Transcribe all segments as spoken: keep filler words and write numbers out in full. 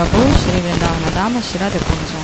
Махапрабху, Шри Вриндавана Дама, Шри Рада Кунджа.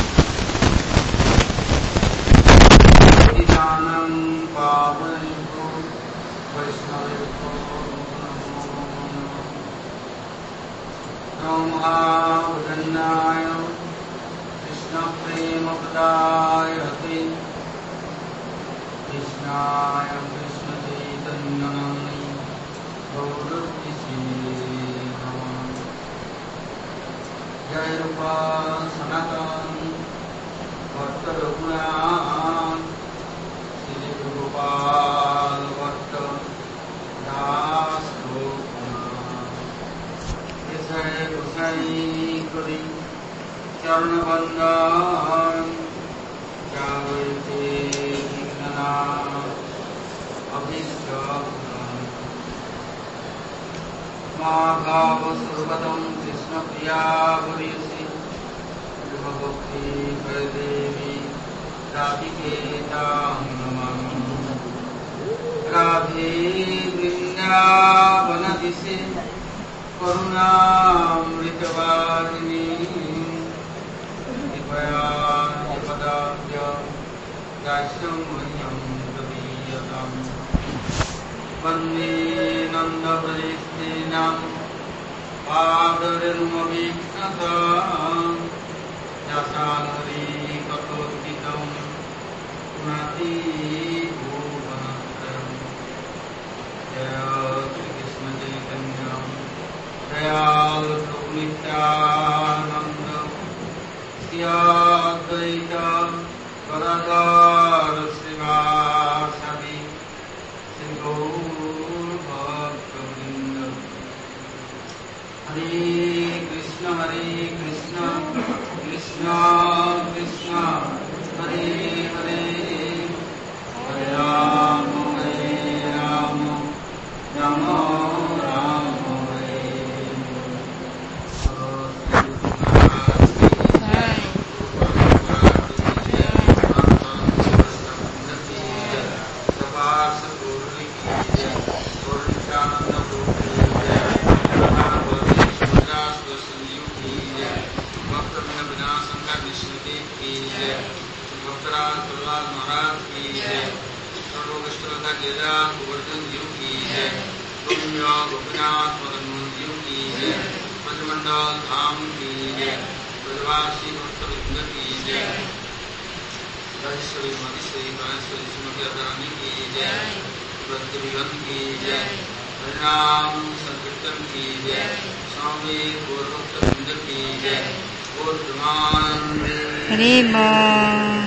Jai Rupa Sanatan Bhatta Raghunath Sri Gopal Bhatta Das Raghunath Isai Kusai Kuri Charna Bandhan Javate Vignana Abhishta Madhava Survatam Krishna Priya Variyasi Vibhavakti Vadevi Radhiketam Namami Radhe Vrindavanadise Karunamritavarini Kripaya Nipadabhya Daishamanyam Taviyatam Vande Nanda Prajestinam Padarirumabhiknatam Yasanari Katotkitam Nati Bhuvanatram Jaya Shri Krishna Chaitanya Jaya Nityananda Sri Advaita Gadadhar Srivasadi Sri Hare Krishna, Hare Krishna, Krishna Krishna, Hare Hare, Hare Rama, Hare Rama, Rama Rama, Hare गोपीनाथ मदन मोहन की जय, ब्रजमंडल धाम की जय, ब्रजवासी भक्तवृंद की जय, राजेश्वरी महेश्वरी कामेश्वरी श्रीमती रानी की जय, भक्तविगन की जय, हरिनाम संकीर्तन की जय, स्वामी गौरभक्तवृंद की जय, गौर प्रेमानंद हरि बोल।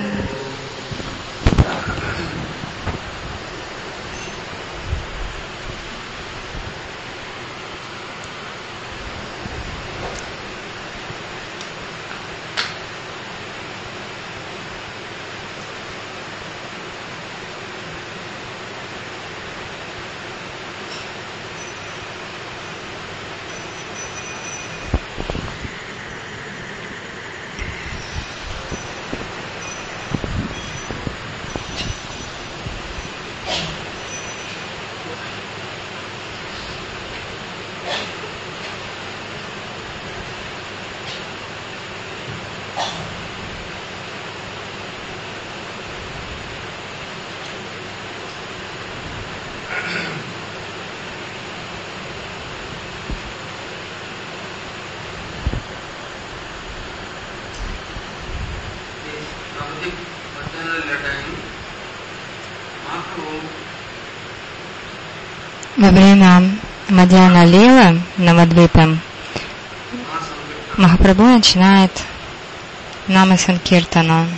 Во время Мадьяна Лилы Навадвипе Махапрабху начинает Нама Санкиртану.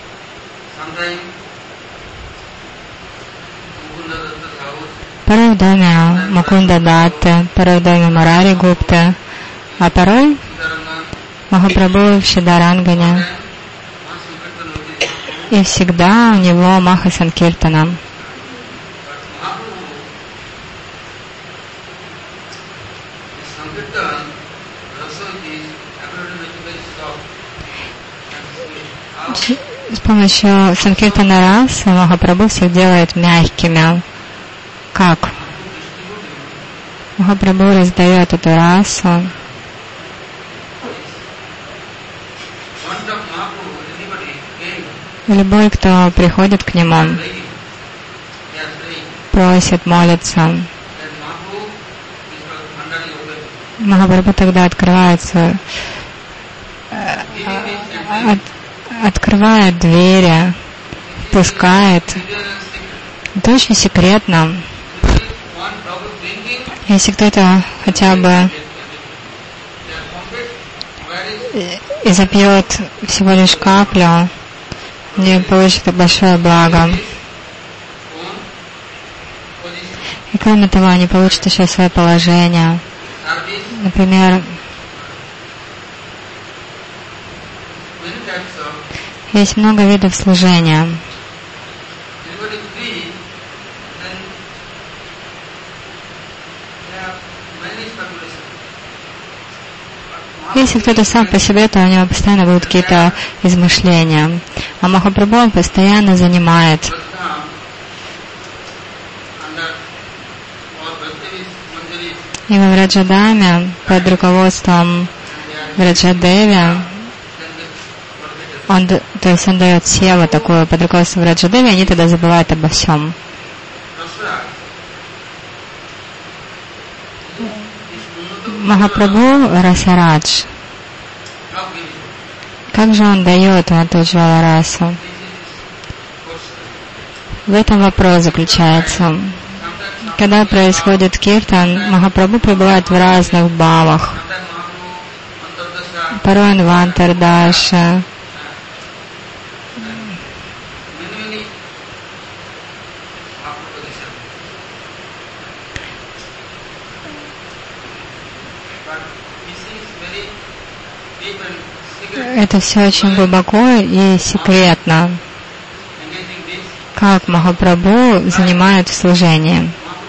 Порой в доме Мукунда Датты, порой в доме Мурари Гупты, а порой Махапрабху в Шидарангане. И всегда у него Маха Санкиртана. С помощью Санкиртана Раса Махапрабху всех делает мягкими. Как? Махапрабху раздает эту расу Любой, кто приходит к нему, просит, молится, Махапрабху тогда открывается, от, открывает двери, пускает. Это очень секретно. Если кто-то хотя бы и запьет всего лишь каплю, не получит большое благо. И кроме того, они получат еще свое положение. Например, есть много видов служения. Если кто-то сам по себе, то у него постоянно будут какие-то измышления. А Махапрабху он постоянно занимает. И во Враджадаме, под руководством Враджадеви, он, то есть он дает севу такую под руководством Враджадеви, они тогда забывают обо всем. Махапрабху Расарадж. Как же он дает эту Джвала-расу? В этом вопрос заключается. Когда происходит киртан, Махапрабху пребывает в разных бхавах. Порой он в антардаше. Это все очень глубоко и секретно, как Махапрабху занимает в служении.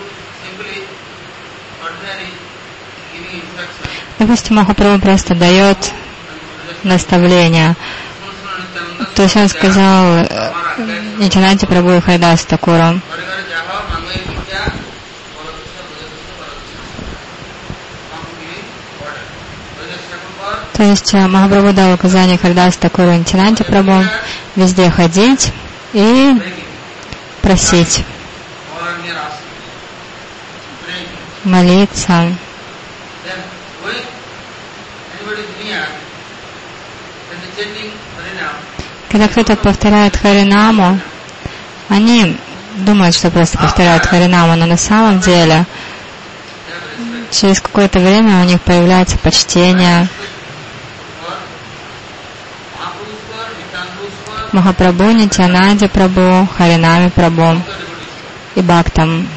Допустим, Махапрабху просто дает наставления. То есть он сказал Нитянанте Прабху и Харидасу Такуру: то есть Махапрабху дал указание Харидасу Такуру и Нитянанте Прабху везде ходить и просить, молиться. Когда кто-то повторяет Харинаму, они думают, что просто повторяют Харинаму, но на самом деле через какое-то время у них появляется почтение Махапрабху, Нитьянанде Прабху, Харинаме Прабху и Бхактам.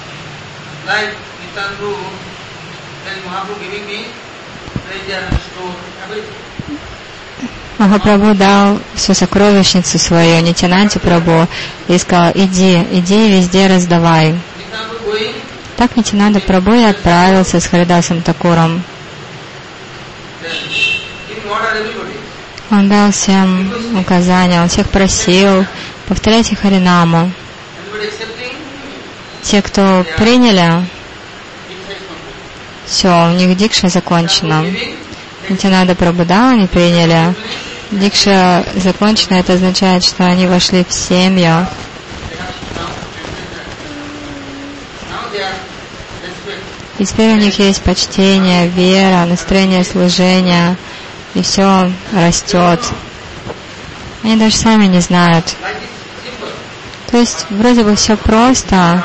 Махапрабху дал всю сокровищницу свою Нитьянанде Прабху и сказал: иди, иди везде раздавай. Так Нитьянанда Прабху и отправился с Харидасом Такуром. Он дал всем указания, он всех просил: повторяйте Харинаму. Те, кто приняли, все, у них дикша закончена. Нитьянанда Прабху дал, они приняли. Дикша закончена, это означает, что они вошли в семью. И теперь у них есть почтение, вера, настроение служения, и все растет. Они даже сами не знают. То есть вроде бы все просто.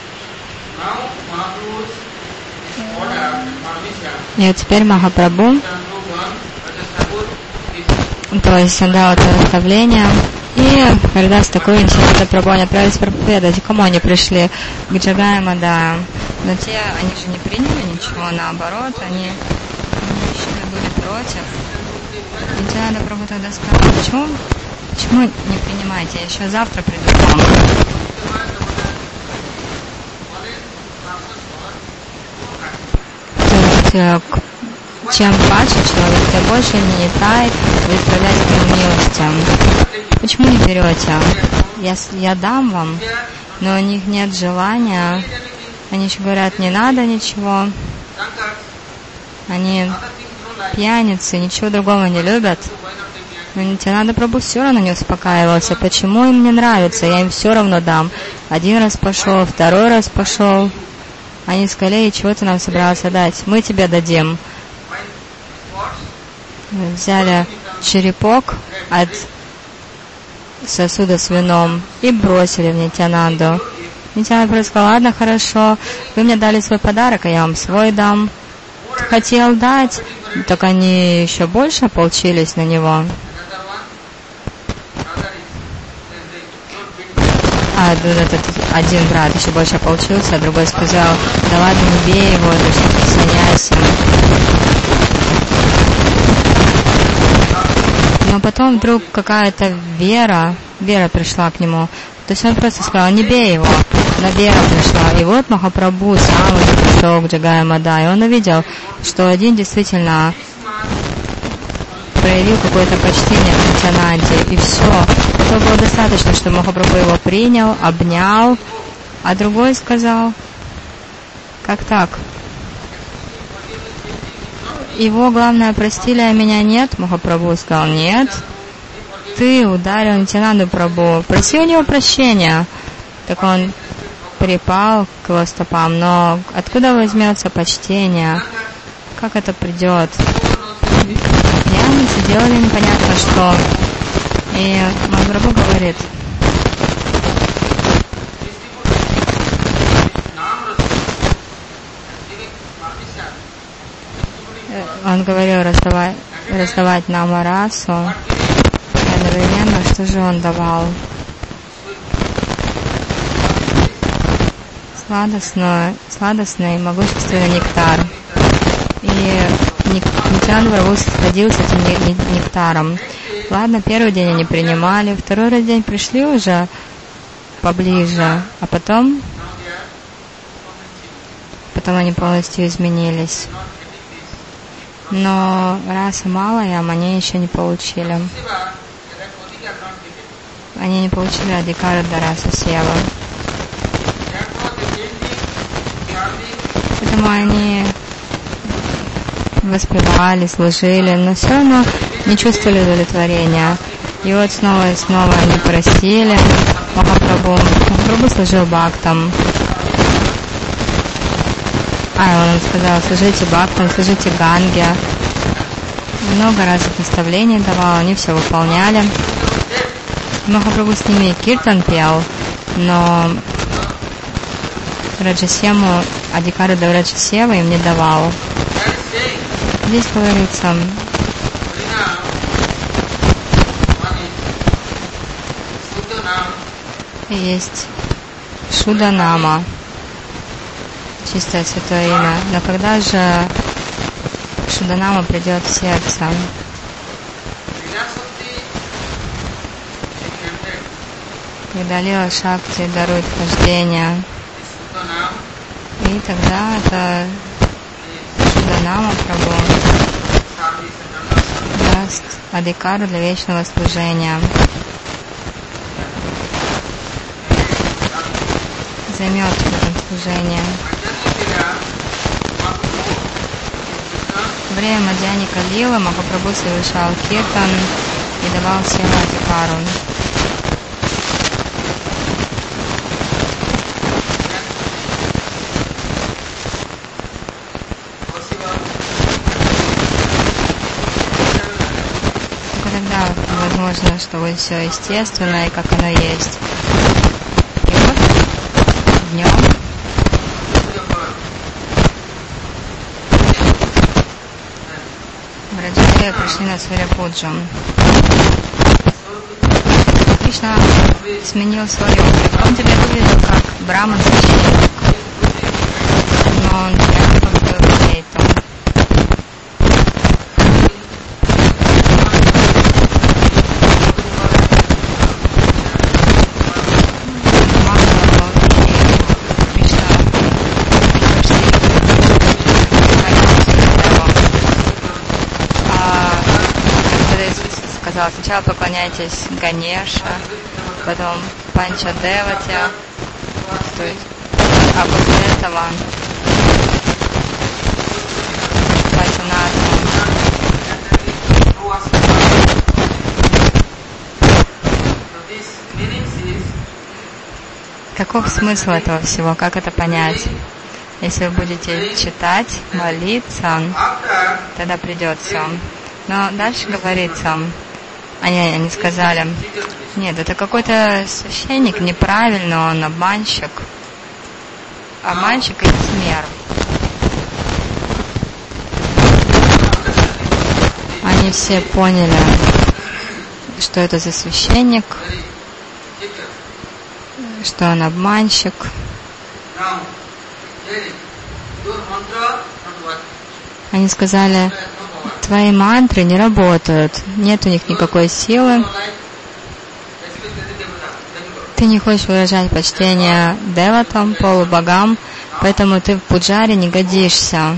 И вот теперь Махапрабху, то есть он дал это наставление, и Харидас Такур и Нитьянанда Прабху отправились проповедовать. Кому они пришли? К Джагая Мадаю. Но те, они же не приняли ничего, наоборот, они, они еще были против. Нитьянанда Прабху тогда сказал: почему, почему не принимаете? Я еще завтра приду к вам. То есть, чем падше человек, тем больше не тает, вы исправляете к нему милостью. Почему не берете? Я, я дам вам, но у них нет желания. Они еще говорят: не надо ничего. Они пьяницы, ничего другого не любят. Но Нитьянанда Прабху все равно не успокаивался. Почему им не нравится? Я им все равно дам. Один раз пошел, второй раз пошел. Они сказали: и чего ты нам собирался дать? Мы тебе дадим. Взяли черепок от сосуда с вином и бросили в Нитьянанду. Нитьянанда сказал: ладно, хорошо, вы мне дали свой подарок, а я вам свой дам. Хотел дать, так они еще больше ополчились на него. А этот один брат еще больше ополчился, а другой сказал: да ладно, не бей его, это все присоединяйся. Но потом вдруг какая-то Вера, Вера пришла к нему. То есть он просто сказал: не бей его. Но Вера пришла. И вот Махапрабху сам уже пришел к Джагая Мада. И он увидел, что один действительно проявил какое-то почтение к Нитьянанде. И все. Этого было достаточно, что Махапрабху его принял, обнял. А другой сказал: как так? Его, главное, простили, а меня нет? Махапрабху сказал: нет. Ты ударил Нитьянанду Прабху. Проси у него прощения. Так он припал к его стопам. Но откуда возьмется почтение? Как это придет? Я не сделали непонятно что. И Махапрабху говорит: он говорил раздавать, раздавать нам расу. И одновременно, что же он давал? Сладостный, сладостный, могущественный нектар. И Нитьянанда Прабху сходил с этим нектаром. Ладно, первый день они принимали, второй раз день пришли уже поближе, а потом, потом они полностью изменились. Но раса малая, они еще не получили. Они не получили адикара до расы Сева. Поэтому они воспевали, служили, но все равно не чувствовали удовлетворения. И вот снова и снова они просили Махапрабху. Махапрабху служил бхактам. А, он сказал: служите бхактам, служите Ганге. Много разных наставлений давал, они все выполняли. Махапрабху с ними киртан пел, но Раджасему, адикары до Раджасева им не давал. Здесь говорится: есть Шуданама, чистое святое имя. Но когда же Шуданама придет в сердце? Когда Лила Шакти дарует хождение. И тогда это Шуданама Прабху даст адикару для вечного служения. Займет в этом служении. Во время Мадьяника Лилы Махапрабху совершал киртан и давал всем адикару. Только тогда возможно, что будет все естественно и как оно есть. И вот днем в Раджасеве пришли на Сурья-пуджу. Кришна сменил свой облик. Он тебя выглядел как браман священник, но он прям как бы Вейтом. Сначала поклоняйтесь Ганеша, потом Панчадевате, то есть, а после этого Пачанату. Каков смысл этого всего? Как это понять? Если вы будете читать, молиться, тогда придет все. Но дальше говорится, они, они сказали, нет, это какой-то священник неправильно, он обманщик. Обманщик и лицемер. Они все поняли, что это за священник, что он обманщик. Они сказали, твои мантры не работают, нет у них никакой силы. Ты не хочешь выражать почтение деватам, полубогам, поэтому ты в пуджаре не годишься.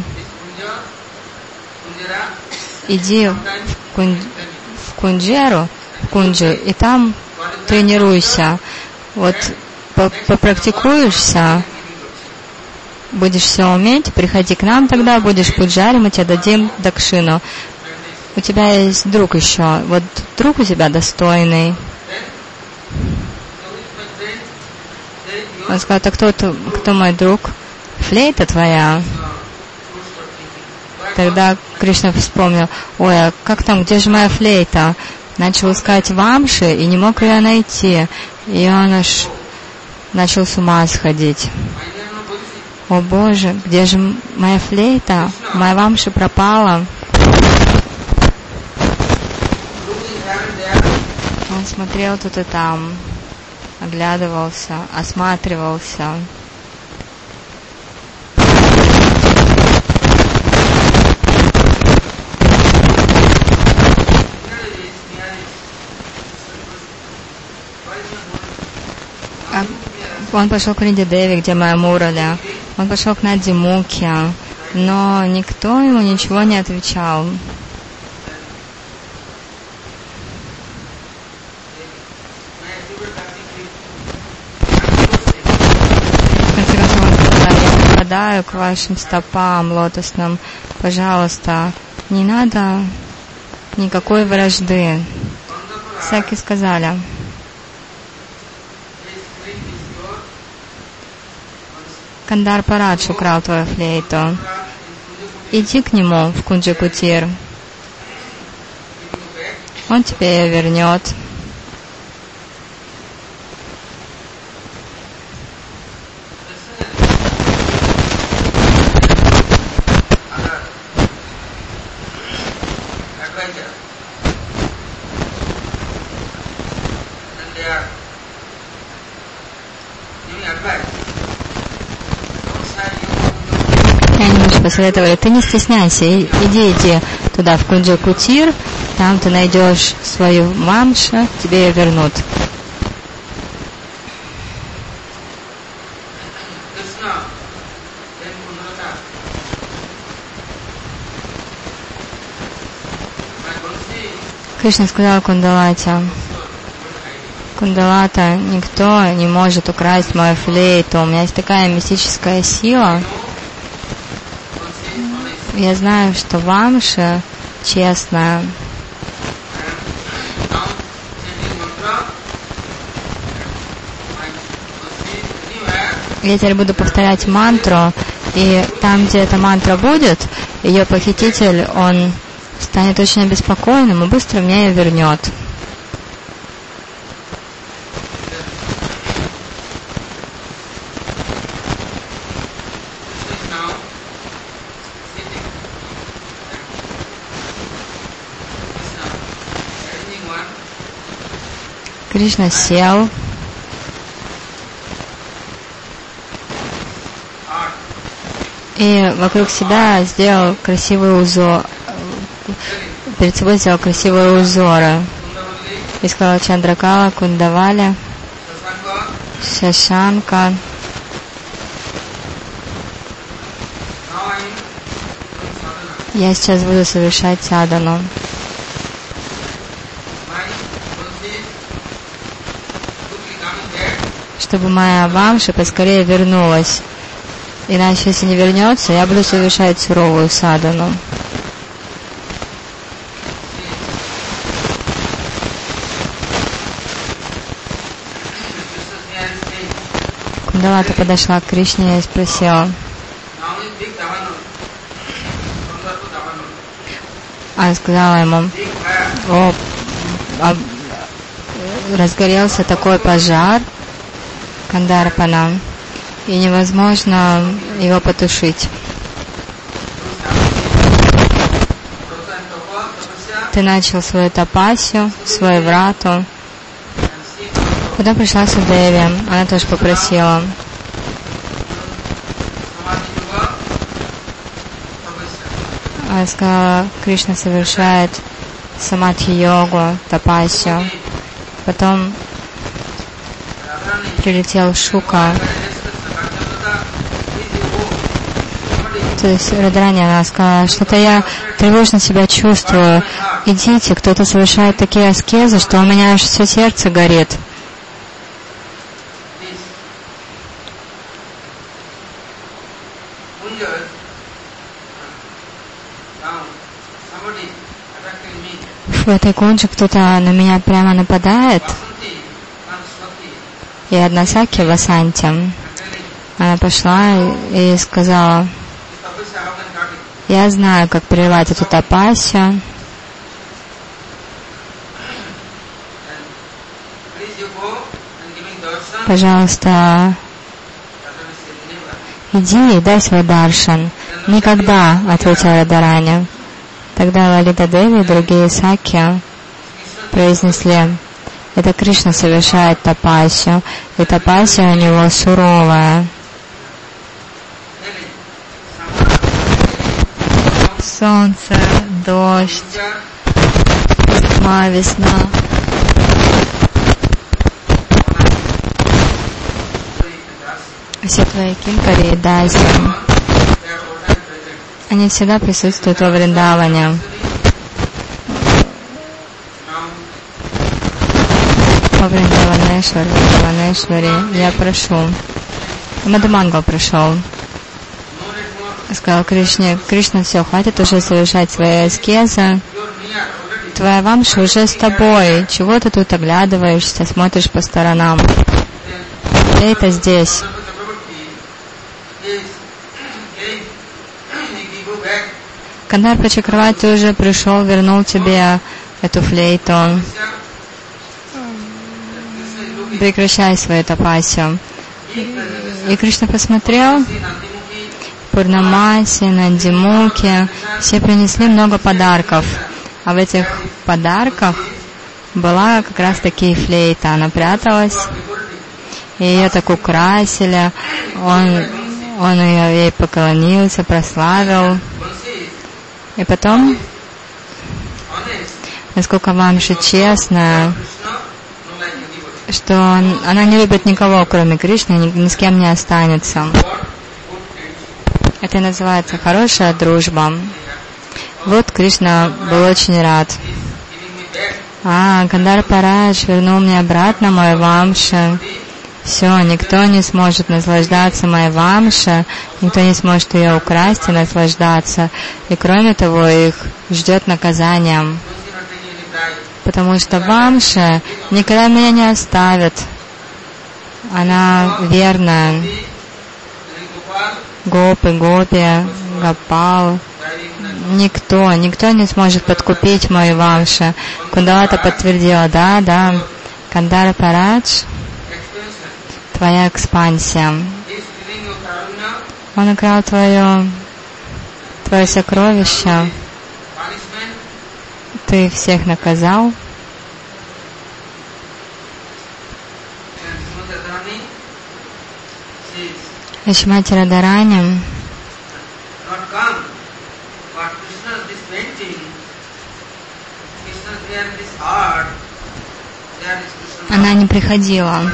Иди в, кун... в кунджеру, в кунджу, и там тренируйся. Вот попрактикуешься, будешь все уметь, приходи к нам тогда, будешь пуджари, мы тебе дадим дакшину. У тебя есть друг еще, вот друг у тебя достойный. Он сказал, так кто, кто мой друг? Флейта твоя. Тогда Кришна вспомнил, ой, а как там, где же моя флейта? Начал искать в Амше и не мог ее найти. И он аж начал с ума сходить. О Боже, где же моя флейта? Моя Амша пропала. Он смотрел тут и там, оглядывался, осматривался. Он пошел к Ринди Деви, где моя Мураля. Он пошел к Нади Мукхе, но никто ему ничего не отвечал. В конце концов он сказал, я припадаю к вашим стопам лотосным. Пожалуйста, не надо никакой вражды. Саки сказали. Кандар Парадж украл твою флейту. Иди к нему в Кунджи-Кутир. Он тебе ее вернет. Посоветовали, ты не стесняйся, иди, иди туда, в Кунджи-Кутир, там ты найдешь свою мамшу, тебе ее вернут. Кришна сказал Кундалате, Кундалата, никто не может украсть мою флейту, у меня есть такая мистическая сила. Я знаю, что Вамша честная. Я теперь буду повторять мантру, и там, где эта мантра будет, ее похититель, он станет очень обеспокоенным и быстро мне ее вернет. Кришна сел. И вокруг себя сделал красивые узоры. Перед собой сделал красивые узоры. И сказал Чандракала, Кундавали, Шашанка. Я сейчас буду совершать садану. Чтобы моя Вамша поскорее вернулась. Иначе, если не вернется, я буду совершать суровую садану. Кундалата подошла к Кришне и спросила, она сказала ему, о, а, разгорелся такой пожар Кандарпана, и невозможно его потушить. Ты начал свою тапасию, свою врату. Когда пришла Судеви, она тоже попросила. Она сказала, Кришна совершает самадхи-йогу, тапасию. Потом прилетел Шука. То есть Радрани, она сказала, что-то я тревожно себя чувствую. Идите, кто-то совершает такие аскезы, что у меня аж все сердце горит. В этой кунже кто-то на меня прямо нападает. И одна Саки Васанти, она пошла и сказала, я знаю, как прервать эту тапасию. Пожалуйста, иди и дай свой даршан. Никогда, ответила Радарани. Тогда Лалита Деви и другие Саки произнесли, это Кришна совершает тапасию, и тапасия у него суровая. Солнце, дождь, зима, весна. Все твои кинкари и даси, они всегда присутствуют во Вриндаване. Во Вриндаванешваре, Вриндаванешваре, я прошу. Мадхамангал пришел. Сказал Кришне, Кришна, все, хватит уже совершать свои аскезы. Твоя вамша уже с тобой. Чего ты тут оглядываешься, смотришь по сторонам? Флейта здесь. Кандарпа Чакраварти уже пришел, вернул тебе эту флейту. Прекращай свою тапасию. И Кришна посмотрел, Пурнамаси, Нандимуки, все принесли много подарков. А в этих подарках была как раз таки флейта. Она пряталась, и ее так украсили. Он, он ее, ей поклонился, прославил. И потом, насколько Вамша честная, что она не любит никого, кроме Кришны, ни, ни с кем не останется. Это называется хорошая дружба. Вот Кришна был очень рад. А, Кандарпарадж вернул мне обратно мой Вамша. Все, никто не сможет наслаждаться моей Вамше, никто не сможет ее украсть и наслаждаться. И кроме того, их ждет наказание. Потому что Вамша никогда меня не оставит. Она верная. Гопы, Гопи, Гопал. Никто, никто не сможет подкупить мою Вамшу. Кундалата подтвердила, да, да, Кандарпарадж, твоя экспансия. Он украл твое, твое сокровище. Ты всех наказал. И Шримати Радарани она не приходила.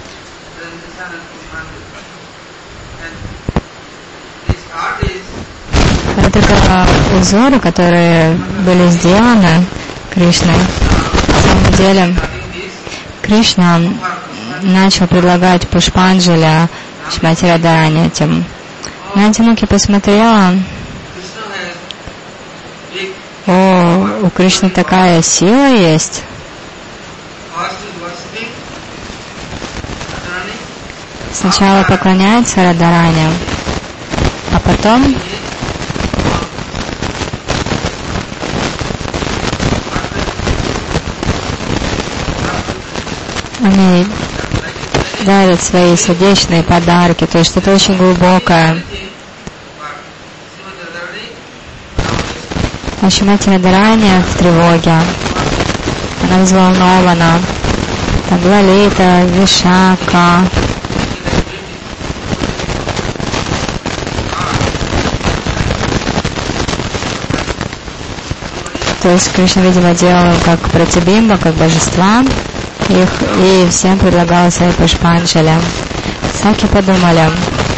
Это только узоры, которые были сделаны Кришной. На самом деле Кришна начал предлагать Пушпанджали Шримати Радарани этим. Нандимуки посмотрела, о, у Кришны такая сила есть. сначала поклоняются Радаране, а потом они дарят свои сердечные подарки, то есть что-то очень глубокое. А Шримати Радарани в тревоге, она взволнована, там Лалита, Вишака, то есть Кришна, видимо, делал как пратибимба, как божества, их, и всем предлагал свои пушпанджали. Саки подумали,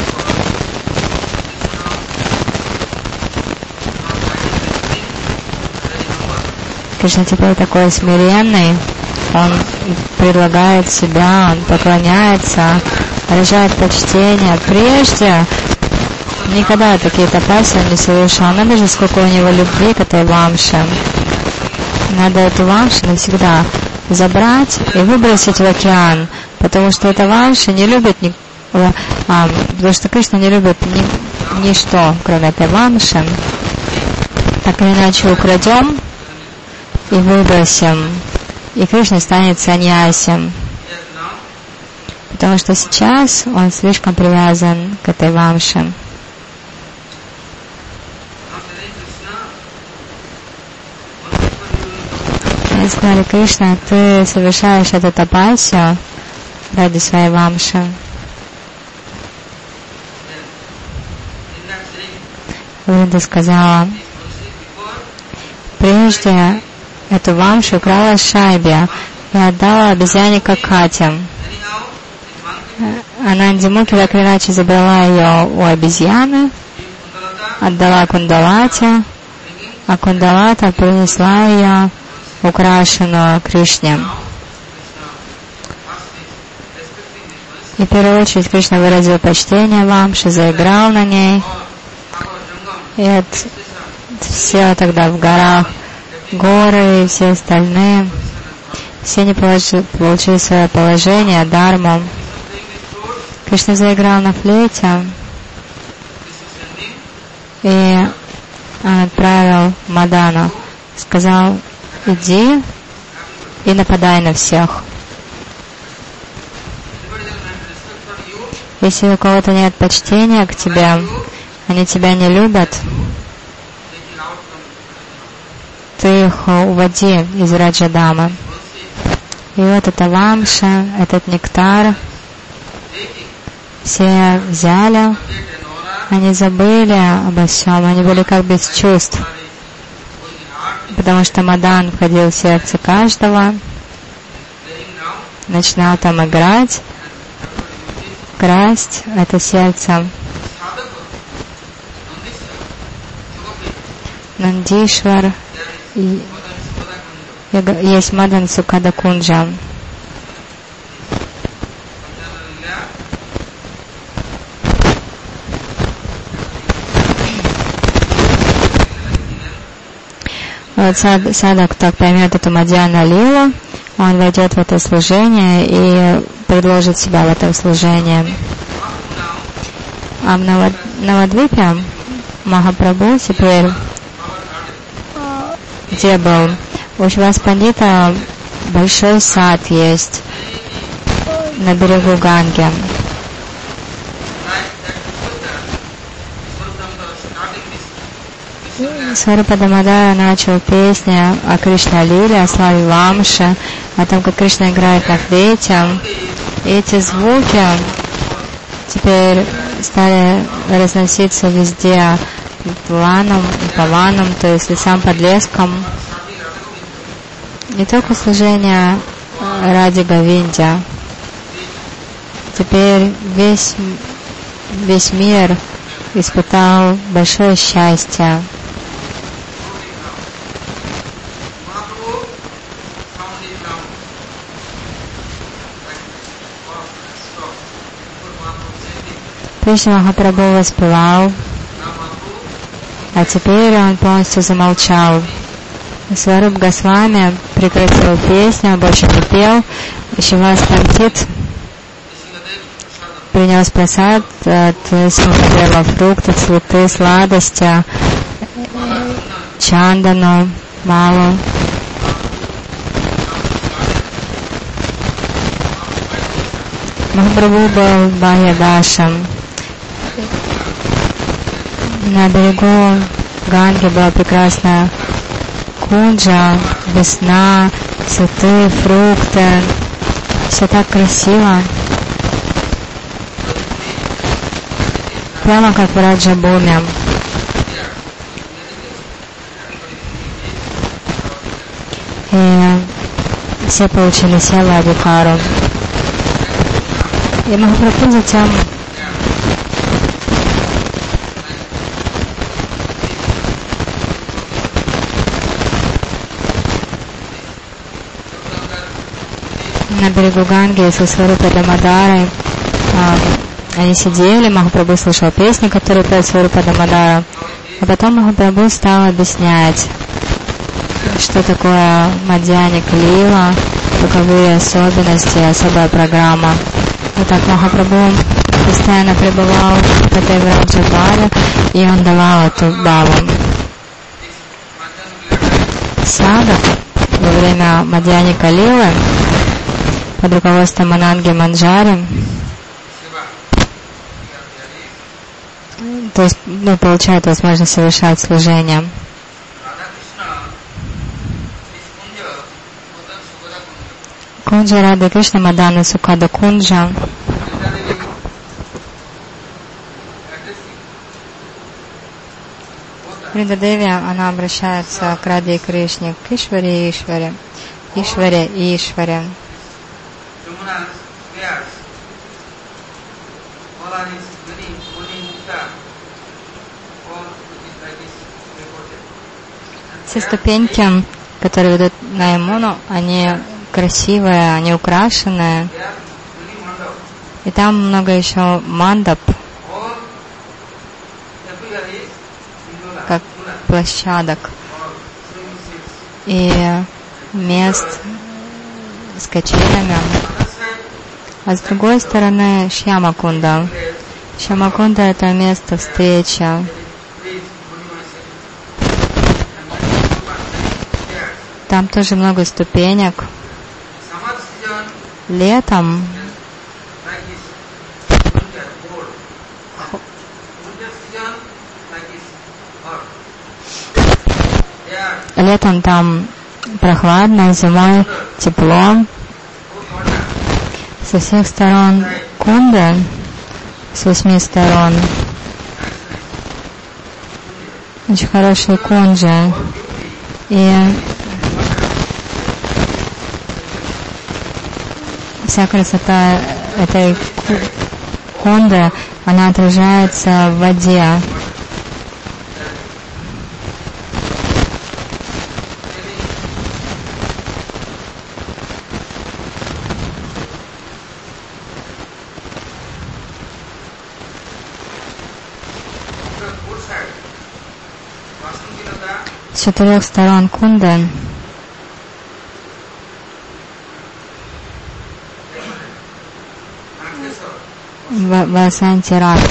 Кришна теперь такой смиренный, он предлагает себя, он поклоняется, выражает почтение. Прежде никогда такие тапаси он не совершал. Надо же, сколько у него любви к этой вамше. Надо эту вамшу навсегда забрать и выбросить в океан, потому что эта вамша не любит ни, а, потому что Кришна не любит ни, ничто, кроме этой вамши. Так или иначе украдем и выбросим, и Кришна станет саньясем, потому что сейчас он слишком привязан к этой вамше. Они сказали: Кришна, ты совершаешь эту тапасию ради своей вамши. Вринда сказала: прежде эту вамшу украла Шайбия и отдала обезьяне Какате. Она Андимуки так или иначе забрала ее у обезьяны, отдала Кундалате, а Кундалата принесла ее украшенную Кришне. И в первую очередь Кришна выразил почтение вамше, заиграл на ней. И это все тогда в горах, горы и все остальные, все они получили, получили свое положение, дхарму. Кришна заиграл на флейте, и он отправил Мадану, сказал: иди и нападай на всех. Если у кого-то нет почтения к тебе, они тебя не любят, ты их уводи из Раджадамы. И вот эта вамша, этот нектар, все взяли, они забыли обо всем, они были как без чувств, потому что Мадан входил в сердце каждого, начинал там играть, красть это сердце. Нандишвар, и есть Мадан Сукада Кунджа. Вот сад, садак так поймет эту Мадьяна Лилу, он войдет в это служение и предложит себя в этом служении. А в Навад, Навадвипе Махапрабху теперь, где был? У Шривас Пандита большой сад есть на берегу Ганги. Сварупа Дамодара начал песни о Кришна Лиле, о славе Вамши, о том, как Кришна играет на флейте. И эти звуки теперь стали разноситься везде, ланом и паваном, то есть лесам, подлеском. Не только служение ради Говинди. Теперь весь, весь мир испытал большое счастье. Кришна Махапрабху воспевал, а теперь он полностью замолчал. Сваруб Госвами прекратил песню, больше не пел. Шривас Пандит принес просад от Симхадева, фрукты, цветы, сладости, чандану, малу. Махапрабху был в Бхагьядашам. На берегу Ганги была прекрасная кунджа, весна, цветы, фрукты. Все так красиво. Прямо как в Раджабхуми. И все получили севу Адхикару. И Махапрабху затем на берегу Ганги со Сварупой Дамадарой. А, они сидели, Махапрабху слушал песни, которые поет Сварупа Дамадара. А потом Махапрабху стал объяснять, что такое Мадьяник Лила, каковы особенности, особая программа. Вот так Махапрабху постоянно пребывал в этой Враджабхаве, и он давал эту баву. Садак во время Мадьяника Лилы под руководством Ананги Манджари, то есть, ну, получает возможность совершать служение. Кунджа Рады Кришна Мадана Сукада Кунджа. Врида Деви, она обращается к Раде и Кришне, к Ишваре и Ишваре, Ишваре и Ишваре. Все ступеньки, которые ведут на Ямуну, они красивые, они украшенные. И там много еще мандап, как площадок, и мест с качелями. А с другой стороны Шьямакунда. Шьямакунда — это место встречи. Там тоже много ступенек. Летом летом там прохладно, зимой тепло. Со всех сторон кунды, с восьми сторон. Очень хорошие кунджи. И вся красота этой кунды, она отражается в воде. С четырех сторон кунды Васанти Рата.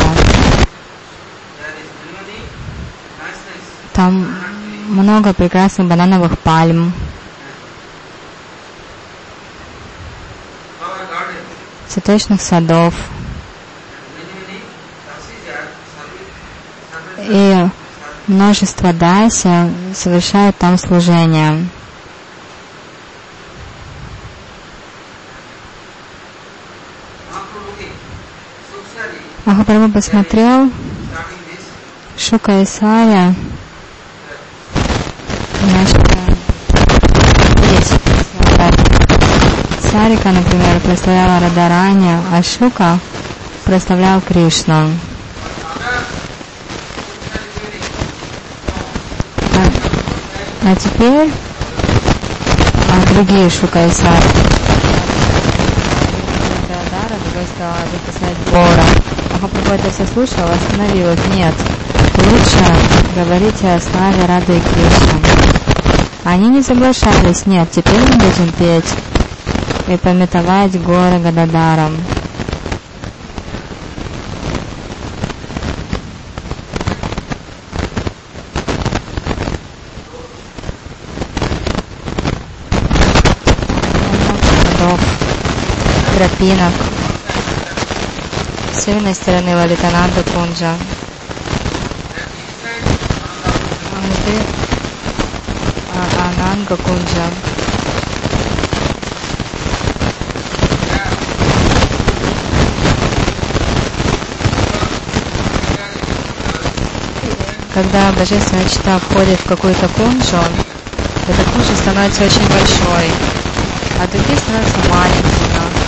Там много прекрасных банановых пальм, цветочных садов и множество даси совершают там служение. Махапрабху посмотрел, Шука и Саря начали петь. Сарика, например, прославляла Радарани, а Шука прославлял Кришну. А, а теперь а другие Шука и Саря. Бора. Махапрабху это все слушал, остановил их. Нет, лучше говорите о славе Рады и Кришны. Они не соглашались. Нет, теперь мы будем петь и пометовать горы Гададаром. мостов, тропинок. С северной стороны Лалитананда Кунджа. А внутри Ананга Кунджа. Когда божественная чита входит в какую-то кунджу, эта кунджа становится очень большой, а другие становятся маленькими.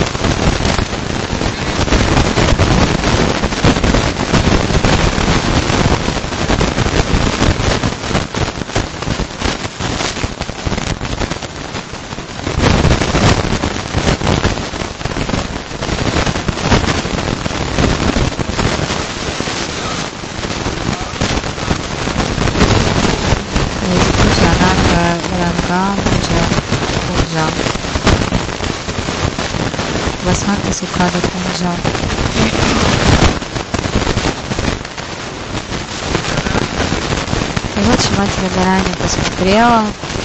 Васанта Сукада Кунджа. И вот Шримати Радхарани посмотрела.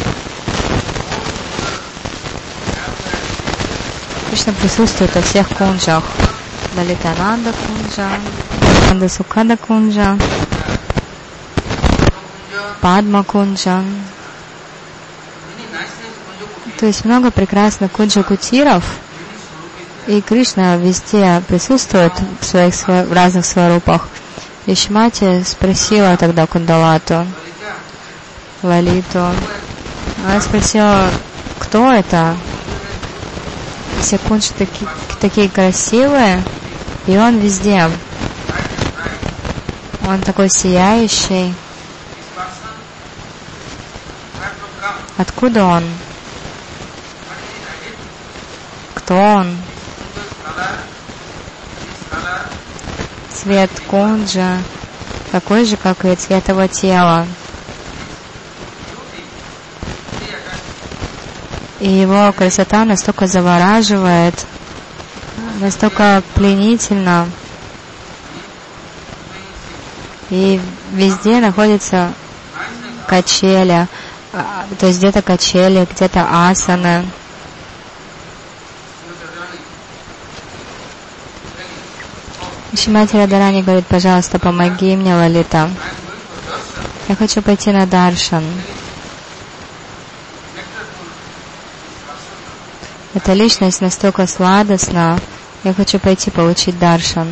Кришна присутствует во всех кунджах. Лалитананда Кунджа, Васанта Сукада Кунджа, Падма Кунджа. То есть много прекрасных кунджа-кутиров. И Кришна везде присутствует в своих в разных сварупах. И Шримати спросила тогда Кундалату, Лалиту. Она спросила, кто это? Все кунджи таки, такие красивые, и он везде. Он такой сияющий. Откуда он? Кто он? Цвет кунджа такой же, как и цвет его тела. И его красота настолько завораживает, настолько пленительна. И везде находятся качели, то есть где-то качели, где-то асаны. Шримати Радхарани говорит, пожалуйста, помоги мне, Лалита. Я хочу пойти на даршан. Эта личность настолько сладостна. Я хочу пойти получить даршан.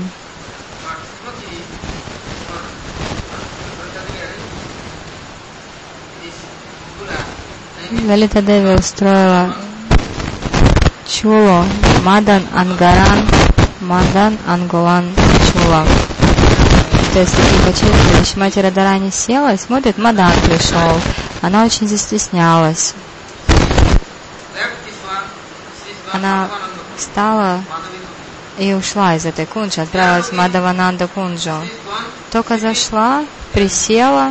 Лалита Деви устроила чулу Мадан Ангаран, Мадан Ангулан Чула. То есть такие качели. Шримати Радхарани села и смотрит, Мадан пришел. Она очень застеснялась. Она встала и ушла из этой кунджи, отправилась в Мадхавананда кунджу. Только зашла, присела,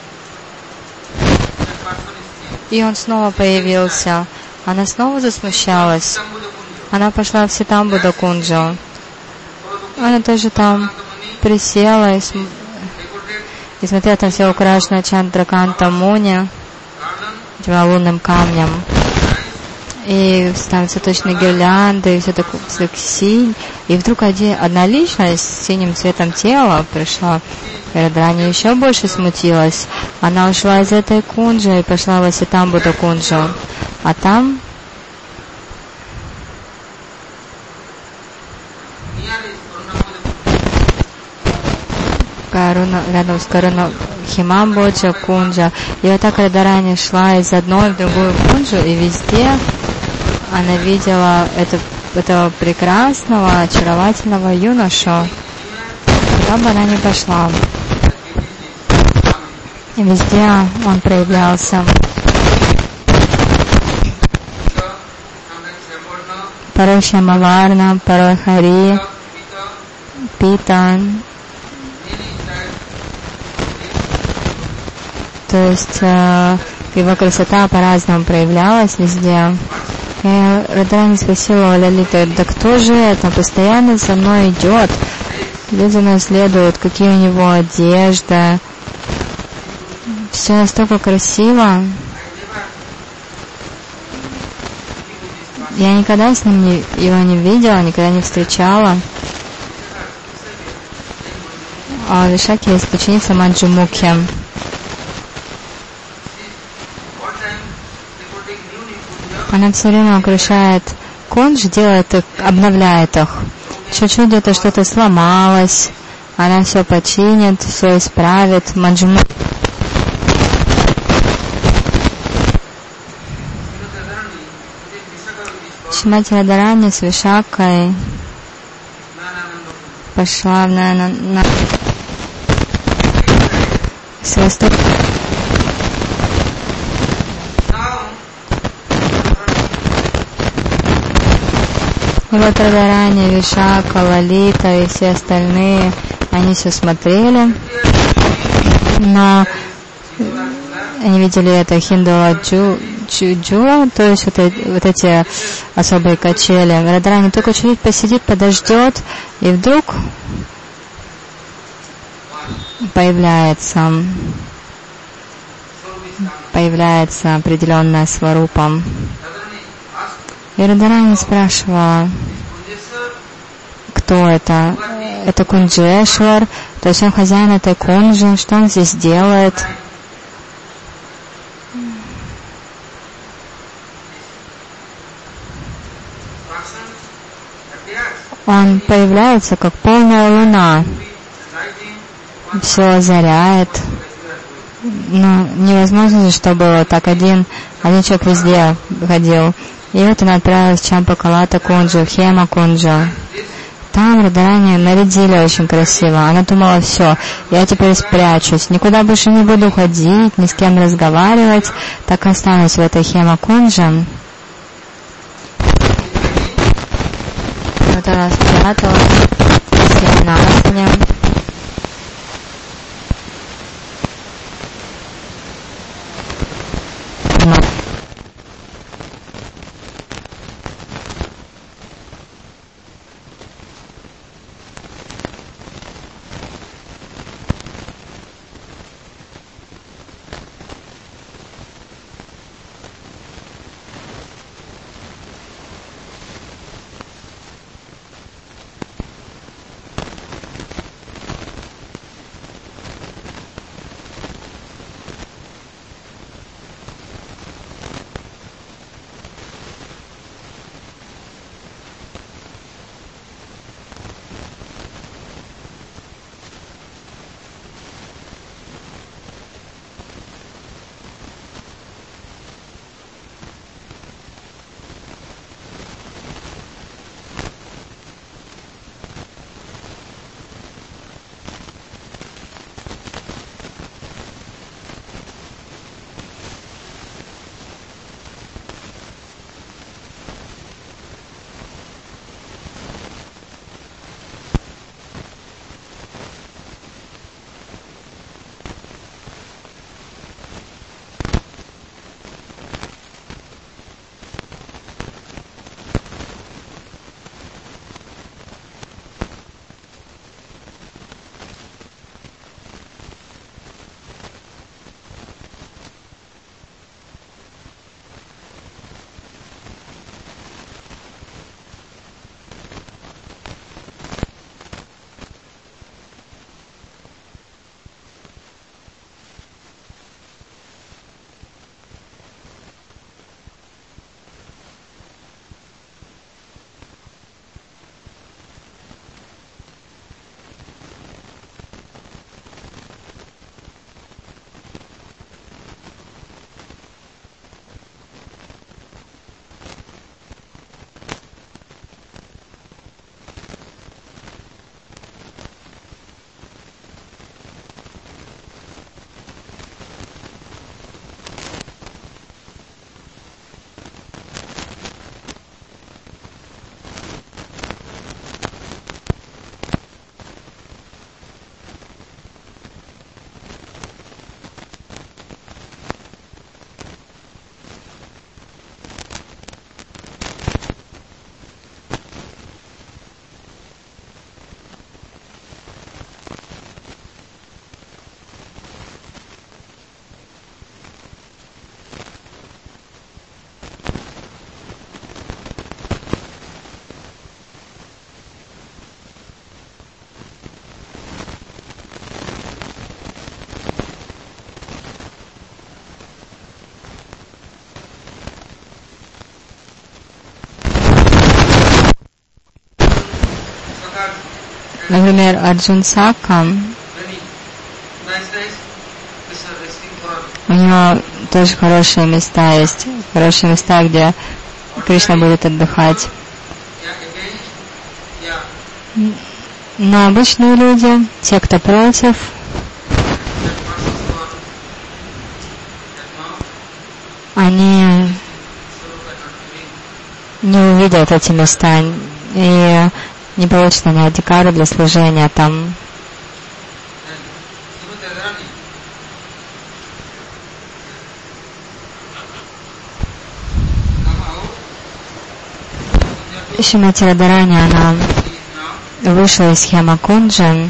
и он снова появился. Она снова засмущалась. Она пошла в Ситамбуда кунджу. Она тоже там присела и, см... и смотрела, там все украшено Чандраканта Муни, лунным камнем. И там цветочные гирлянды, и все так, так синь. И вдруг один, одна личность с синим цветом тела пришла. И Радхарани еще больше смутилась. Она ушла из этой кунджи и пошла в Ситамбуда кунджу. А там Каруна, рядом с Каруна Химамбоджа кунджа. И вот так Радхарани шла из одной в другую кунджу, и везде она видела это, этого прекрасного, очаровательного юношу. Куда бы она ни пошла. И везде он проявлялся. Порой Шамаварна, порой Хари, Питан. То есть э, его красота по-разному проявлялась везде. И Радхарани спросила у Лалиты, да кто же это? Постоянно за мной идет. Люди за мной следуют, какие у него одежды. Все настолько красиво. Я никогда с ним не, его не видела, никогда не встречала. А у Вишаки есть ученица Манджумукхи. Она все время украшает кунж, делает их, обновляет их. Чуть-чуть где-то что-то сломалось, она все починит, все исправит. Манджумукхи. Шримати Радхарани с Вишакой пошла на, на, на с востока. И вот Радхарани, Вишака, Лалита и все остальные, они все смотрели, но они видели это Хиндула Джу, Джула, то есть вот, вот эти особые качели. Радхарани только чуть-чуть посидит, подождет, и вдруг появляется, появляется определенная сварупа. И Радхарани спрашивала, кто это? Это Кунджешвар, то есть он хозяин этой кунджи, что он здесь делает? Он появляется как полная луна, все озаряет. Ну, невозможно, чтобы вот так один, один человек везде ходил. И вот она отправилась в Чампакалата Кунджу, в Хема Кунджу. Там Радхарани нарядили очень красиво. Она думала, все, я теперь спрячусь, никуда больше не буду ходить, ни с кем разговаривать, так останусь в этой Хема Кунджи. Вот она спряталась, села с ним. Например, Арджун Сакха, у него тоже хорошие места есть, хорошие места, где Кришна будет отдыхать. Но обычные люди, те, кто против, они не увидят эти места и не получат они адхикару для служения там. Шримати Радхарани, она вышла из Хемакунджа,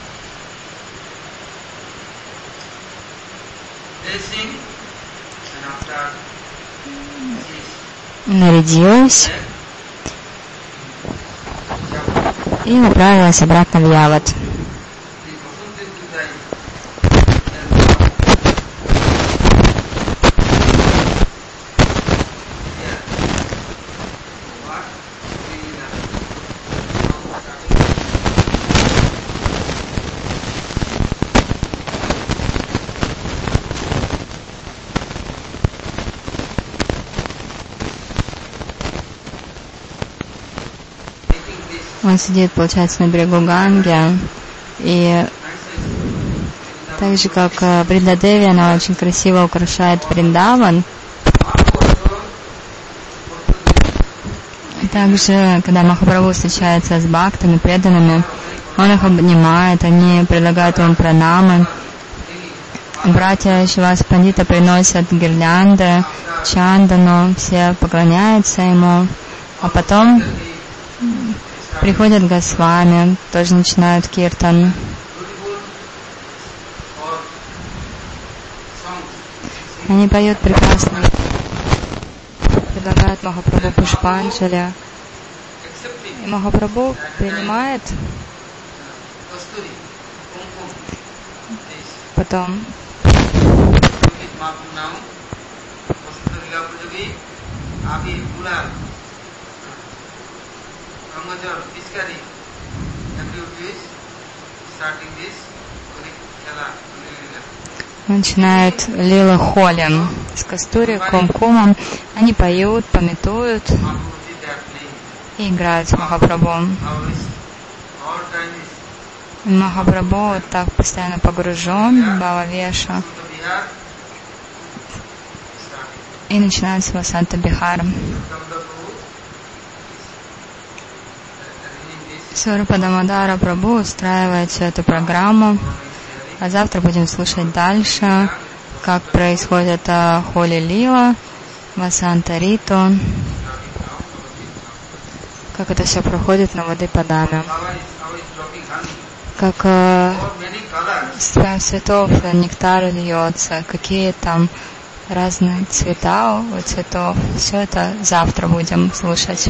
нарядилась и направилась обратно в Яват. Он сидит, получается, на берегу Ганги, и так же, как Вриндадеви, она очень красиво украшает Вриндаван. И также, когда Махапрабху встречается с бхактами, преданными, он их обнимает, они предлагают ему пранамы. Братья Шивас Пандита приносят гирлянды, чандану, все поклоняются ему, а потом приходят Госвами, тоже начинают киртан. Они поют прекрасно, предлагают Махапрабху Пушпанджали. И Махапрабху принимает, потом начинает лила холи с Кастури, Кумкумом. Они поют, пометуют и играют с Махапрабху. Махапрабху так постоянно погружен в Бхава-вешу. И начинается Васанта Бихар. Сварупа Дамодара Прабху устраивает всю эту программу. А завтра будем слушать дальше, как происходит Холи Лила, Васанта Риту, как это все проходит на воды Падаме. Как э, с цветов нектар льется, какие там разные цвета у цветов. Все это завтра будем слушать.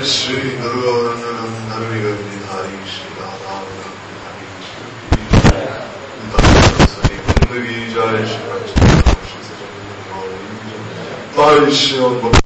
Shri Guru Gauranga Giri Shri Radha Giri Jai Shri Jai Shri